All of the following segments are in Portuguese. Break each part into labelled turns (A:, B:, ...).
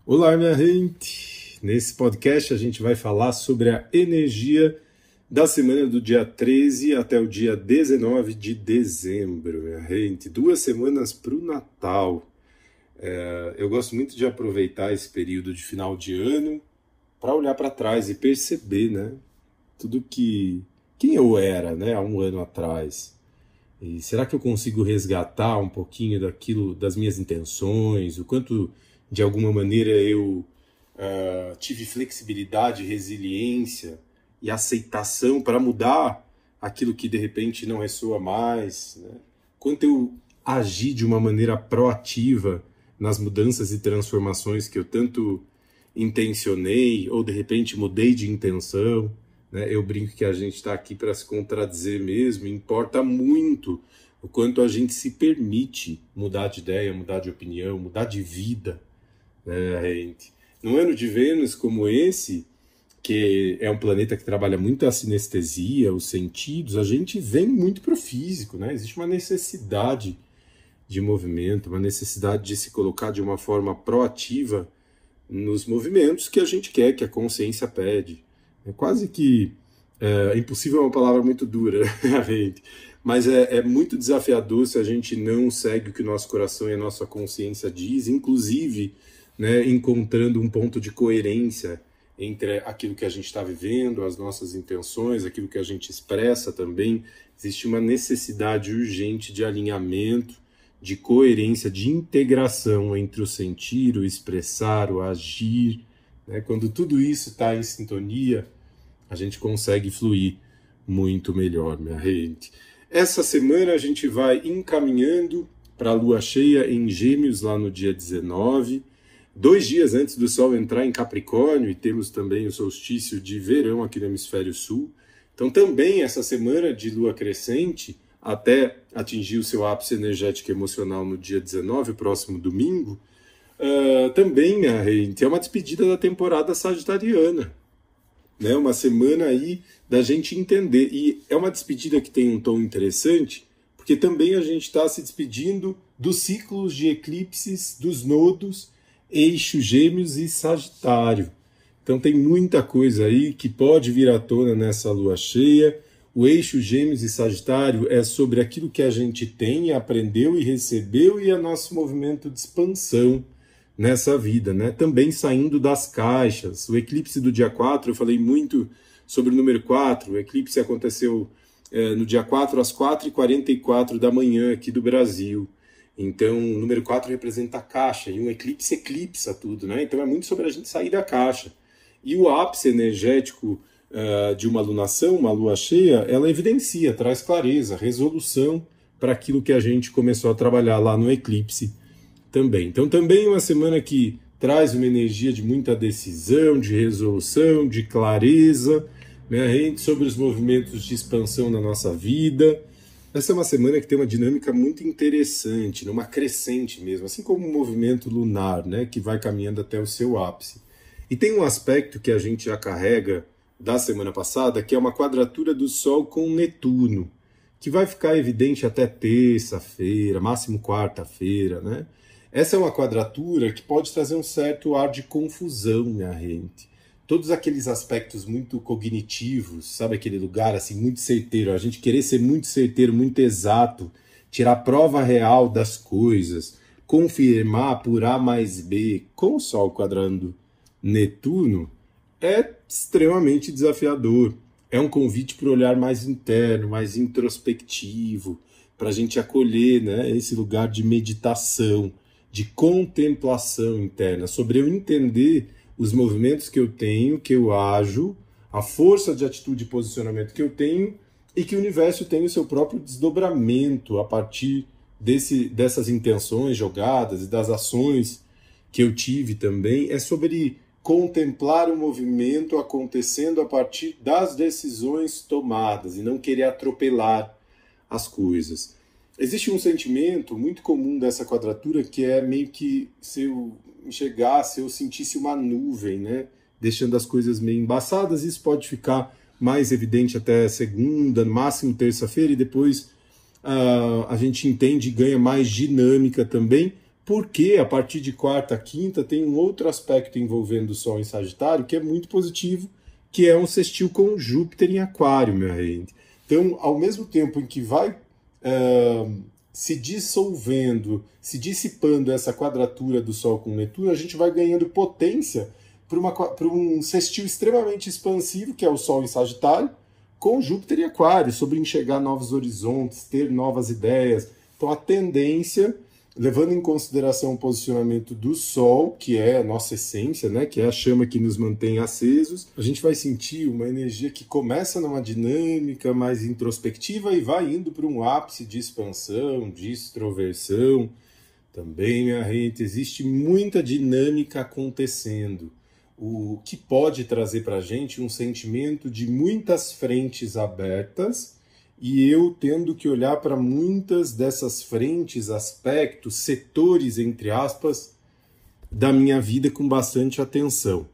A: Olá, minha gente! Nesse podcast a gente vai falar sobre a energia da semana do dia 13 até o dia 19 de dezembro, minha gente. 2 semanas para o Natal. Eu gosto muito de aproveitar esse período de final de ano para olhar para trás e perceber, né? Quem eu era, né, há um ano atrás. E será que eu consigo resgatar um pouquinho daquilo, das minhas intenções, o quanto de alguma maneira eu tive flexibilidade, resiliência e aceitação para mudar aquilo que de repente não ressoa mais, né? Quanto eu agi de uma maneira proativa nas mudanças e transformações que eu tanto intencionei ou de repente mudei de intenção, né? Eu brinco que a gente está aqui para se contradizer mesmo, importa muito o quanto a gente se permite mudar de ideia, mudar de opinião, mudar de vida, né, gente? Num ano de Vênus como esse, que é um planeta que trabalha muito a sinestesia, os sentidos, a gente vem muito para o físico, né? Existe uma necessidade de movimento, uma necessidade de se colocar de uma forma proativa nos movimentos que a gente quer, que a consciência pede. É quase que impossível, é uma palavra muito dura, gente, mas é muito desafiador se a gente não segue o que o nosso coração e a nossa consciência diz, inclusive, né, encontrando um ponto de coerência entre aquilo que a gente está vivendo, as nossas intenções, aquilo que a gente expressa também. Existe uma necessidade urgente de alinhamento, de coerência, de integração entre o sentir, o expressar, o agir, né? Quando tudo isso está em sintonia, a gente consegue fluir muito melhor, minha gente. Essa semana a gente vai encaminhando para a lua cheia em Gêmeos, lá no dia 19, 2 dias antes do Sol entrar em Capricórnio, e temos também o solstício de verão aqui no Hemisfério Sul. Então também essa semana de lua crescente, até atingir o seu ápice energético e emocional no dia 19, o próximo domingo, também, minha gente, é uma despedida da temporada sagitariana, né? Uma semana aí da gente entender, e é uma despedida que tem um tom interessante, porque também a gente está se despedindo dos ciclos de eclipses, dos nodos, eixo Gêmeos e Sagitário. Então tem muita coisa aí que pode vir à tona nessa lua cheia. O eixo Gêmeos e Sagitário é sobre aquilo que a gente tem, aprendeu e recebeu, e é nosso movimento de expansão nessa vida, né? Também saindo das caixas. O eclipse do dia 4, eu falei muito sobre o número 4, o eclipse aconteceu no dia 4 às 4h44 da manhã aqui do Brasil. Então, o número 4 representa a caixa, e um eclipse eclipsa tudo, né? Então é muito sobre a gente sair da caixa. E o ápice energético de uma lunação, uma lua cheia, ela evidencia, traz clareza, resolução para aquilo que a gente começou a trabalhar lá no eclipse também. Então também uma semana que traz uma energia de muita decisão, de resolução, de clareza, né, sobre os movimentos de expansão na nossa vida. Essa é uma semana que tem uma dinâmica muito interessante, uma crescente mesmo, assim como o movimento lunar, né, que vai caminhando até o seu ápice. E tem um aspecto que a gente já carrega da semana passada, que é uma quadratura do Sol com Netuno, que vai ficar evidente até terça-feira, máximo quarta-feira, né? Essa é uma quadratura que pode trazer um certo ar de confusão, minha gente. Todos aqueles aspectos muito cognitivos, sabe, aquele lugar assim muito certeiro, a gente querer ser muito certeiro, muito exato, tirar prova real das coisas, confirmar por A mais B, com o Sol quadrando Netuno, é extremamente desafiador. É um convite para o olhar mais interno, mais introspectivo, para a gente acolher, né, esse lugar de meditação, de contemplação interna, sobre eu entender os movimentos que eu tenho, que eu ajo, a força de atitude e posicionamento que eu tenho, e que o universo tem o seu próprio desdobramento a partir dessas intenções jogadas e das ações que eu tive também. É sobre contemplar o movimento acontecendo a partir das decisões tomadas e não querer atropelar as coisas. Existe um sentimento muito comum dessa quadratura que é meio que se eu enxergasse, eu sentisse uma nuvem, né? Deixando as coisas meio embaçadas. Isso pode ficar mais evidente até segunda, no máximo terça-feira, e depois a gente entende e ganha mais dinâmica também, porque a partir de quarta, quinta, tem um outro aspecto envolvendo o Sol em Sagitário que é muito positivo, que é um sextil com Júpiter em Aquário, minha gente. Então, ao mesmo tempo em que vai se dissolvendo, se dissipando essa quadratura do Sol com Netuno, a gente vai ganhando potência para um sextil extremamente expansivo, que é o Sol em Sagitário, com Júpiter em Aquário, sobre enxergar novos horizontes, ter novas ideias. Então, a tendência, levando em consideração o posicionamento do Sol, que é a nossa essência, né, que é a chama que nos mantém acesos, a gente vai sentir uma energia que começa numa dinâmica mais introspectiva e vai indo para um ápice de expansão, de extroversão. Também, minha gente, existe muita dinâmica acontecendo, o que pode trazer para a gente um sentimento de muitas frentes abertas, e eu tendo que olhar para muitas dessas frentes, aspectos, setores, entre aspas, da minha vida com bastante atenção.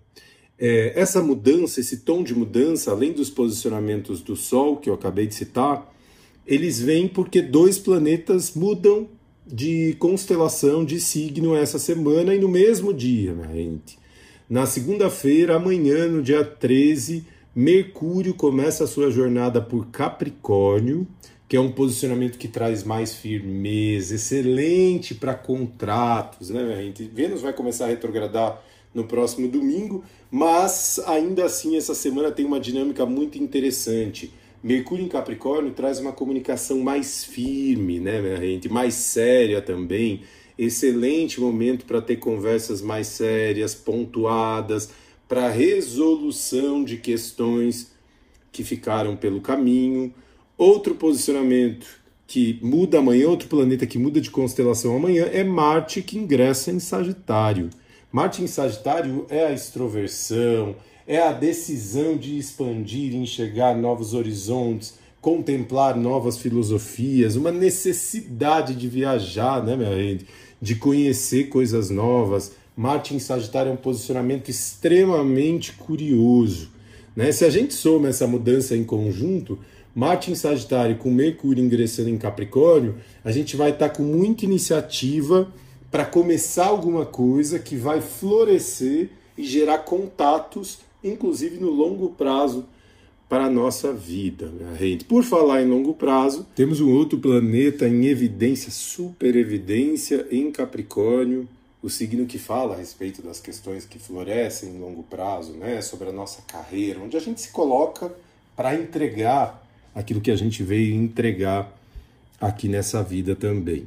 A: Essa mudança, esse tom de mudança, além dos posicionamentos do Sol, que eu acabei de citar, eles vêm porque 2 planetas mudam de constelação, de signo essa semana e no mesmo dia, minha gente. Na segunda-feira, amanhã, no dia 13, Mercúrio começa a sua jornada por Capricórnio, que é um posicionamento que traz mais firmeza, excelente para contratos, né, minha gente? Vênus vai começar a retrogradar no próximo domingo, mas ainda assim essa semana tem uma dinâmica muito interessante. Mercúrio em Capricórnio traz uma comunicação mais firme, né, minha gente? Mais séria também. Excelente momento para ter conversas mais sérias, pontuadas, para resolução de questões que ficaram pelo caminho. Outro posicionamento que muda amanhã, outro planeta que muda de constelação amanhã, é Marte, que ingressa em Sagitário. Marte em Sagitário é a extroversão, é a decisão de expandir, enxergar novos horizontes, contemplar novas filosofias, uma necessidade de viajar, né, minha gente? De conhecer coisas novas. Marte em Sagitário é um posicionamento extremamente curioso, né? Se a gente soma essa mudança em conjunto, Marte em Sagitário com Mercúrio ingressando em Capricórnio, a gente vai estar com muita iniciativa para começar alguma coisa que vai florescer e gerar contatos, inclusive no longo prazo, para a nossa vida, minha gente. Por falar em longo prazo, temos um outro planeta em evidência, super evidência, em Capricórnio, o signo que fala a respeito das questões que florescem em longo prazo, né, sobre a nossa carreira, onde a gente se coloca para entregar aquilo que a gente veio entregar aqui nessa vida também.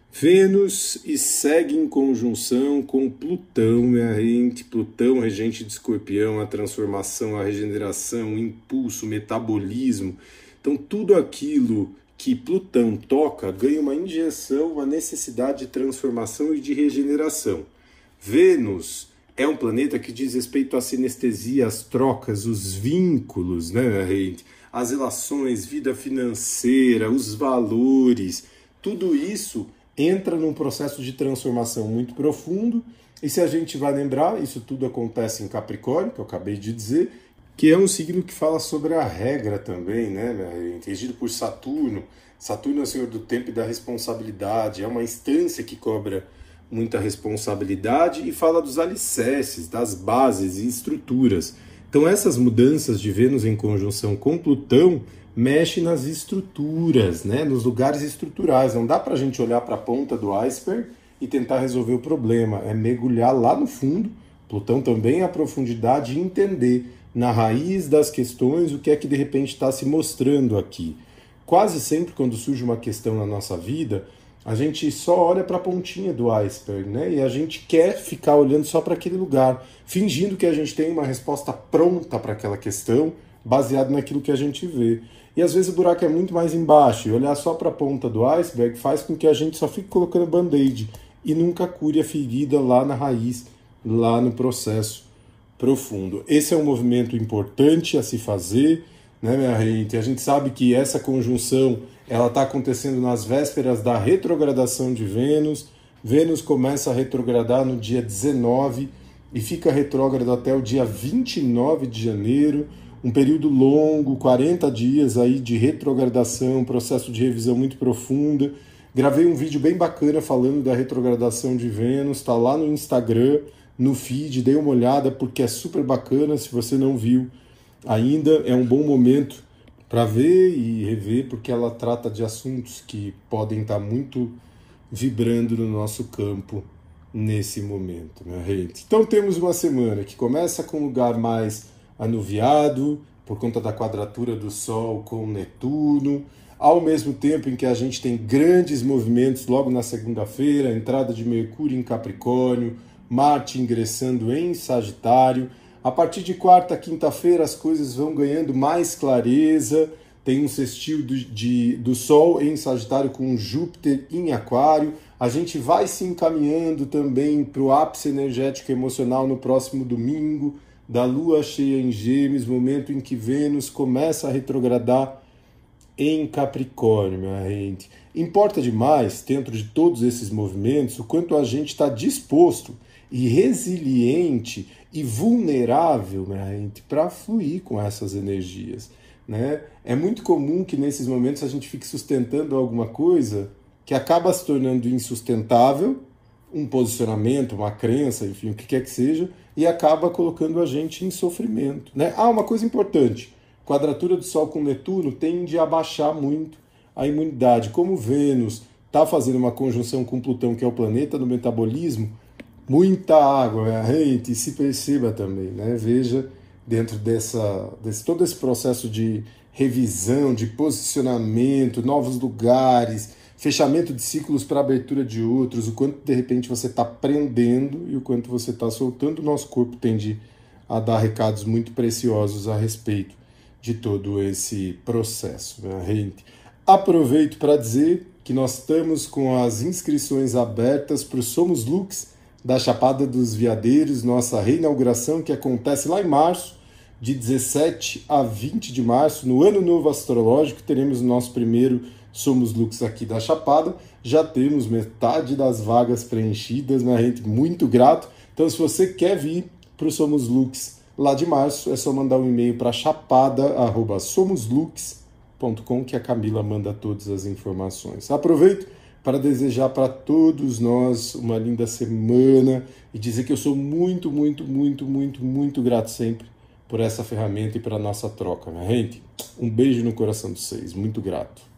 A: Vênus e segue em conjunção com Plutão, minha gente. Plutão, regente de Escorpião, a transformação, a regeneração, o impulso, o metabolismo. Então, tudo aquilo que Plutão toca ganha uma injeção, uma necessidade de transformação e de regeneração. Vênus é um planeta que diz respeito à sinestesia, às trocas, os vínculos, né, minha gente? As relações, vida financeira, os valores, tudo isso entra num processo de transformação muito profundo, e se a gente vai lembrar, isso tudo acontece em Capricórnio, que eu acabei de dizer, que é um signo que fala sobre a regra também, né, regido por Saturno. Saturno é o senhor do tempo e da responsabilidade, é uma instância que cobra muita responsabilidade e fala dos alicerces, das bases e estruturas. Então essas mudanças de Vênus em conjunção com Plutão mexe nas estruturas, né? Nos lugares estruturais. Não dá para a gente olhar para a ponta do iceberg e tentar resolver o problema. É mergulhar lá no fundo, Plutão também é a profundidade, e entender na raiz das questões o que é que de repente está se mostrando aqui. Quase sempre quando surge uma questão na nossa vida, a gente só olha para a pontinha do iceberg, né? E a gente quer ficar olhando só para aquele lugar, fingindo que a gente tem uma resposta pronta para aquela questão, baseado naquilo que a gente vê. E às vezes o buraco é muito mais embaixo, e olhar só para a ponta do iceberg faz com que a gente só fique colocando band-aid e nunca cure a ferida lá na raiz, lá no processo profundo. Esse é um movimento importante a se fazer, né, minha gente? A gente sabe que essa conjunção ela está acontecendo nas vésperas da retrogradação de Vênus. Vênus começa a retrogradar no dia 19 e fica retrógrado até o dia 29 de janeiro. Um período longo, 40 dias aí de retrogradação, um processo de revisão muito profunda. Gravei um vídeo bem bacana falando da retrogradação de Vênus, está lá no Instagram, no feed, dê uma olhada porque é super bacana. Se você não viu ainda, é um bom momento para ver e rever, porque ela trata de assuntos que podem estar muito vibrando no nosso campo nesse momento, minha gente. Então temos uma semana que começa com um lugar mais anuviado, por conta da quadratura do Sol com Netuno, ao mesmo tempo em que a gente tem grandes movimentos logo na segunda-feira, entrada de Mercúrio em Capricórnio, Marte ingressando em Sagitário. A partir de quarta, quinta-feira, as coisas vão ganhando mais clareza, tem um sextil do Sol em Sagitário com Júpiter em Aquário. A gente vai se encaminhando também para o ápice energético emocional no próximo domingo, da Lua cheia em Gêmeos, momento em que Vênus começa a retrogradar em Capricórnio, minha gente. Importa demais, dentro de todos esses movimentos, o quanto a gente está disposto e resiliente e vulnerável, minha gente, para fluir com essas energias, né? É muito comum que nesses momentos a gente fique sustentando alguma coisa que acaba se tornando insustentável, um posicionamento, uma crença, enfim, o que quer que seja, e acaba colocando a gente em sofrimento, né? Uma coisa importante, quadratura do Sol com Netuno tende a baixar muito a imunidade. Como Vênus está fazendo uma conjunção com Plutão, que é o planeta do metabolismo, muita água, minha gente, e se perceba também, né? Veja, dentro todo esse processo de revisão, de posicionamento, novos lugares, fechamento de ciclos para abertura de outros, o quanto de repente você está prendendo e o quanto você está soltando. O nosso corpo tende a dar recados muito preciosos a respeito de todo esse processo, minha gente. Aproveito para dizer que nós estamos com as inscrições abertas para o Somos Lux da Chapada dos Veadeiros, nossa reinauguração que acontece lá em março, de 17 a 20 de março, no Ano Novo Astrológico, teremos o nosso primeiro Somos Lux aqui da Chapada. Já temos metade das vagas preenchidas, minha gente, muito grato. Então, se você quer vir para o Somos Lux lá de março, é só mandar um e-mail para chapada@somoslux.com que a Camila manda todas as informações. Aproveito para desejar para todos nós uma linda semana e dizer que eu sou muito, muito, muito, muito, muito grato sempre por essa ferramenta e pela nossa troca, minha gente. Um beijo no coração de vocês, muito grato.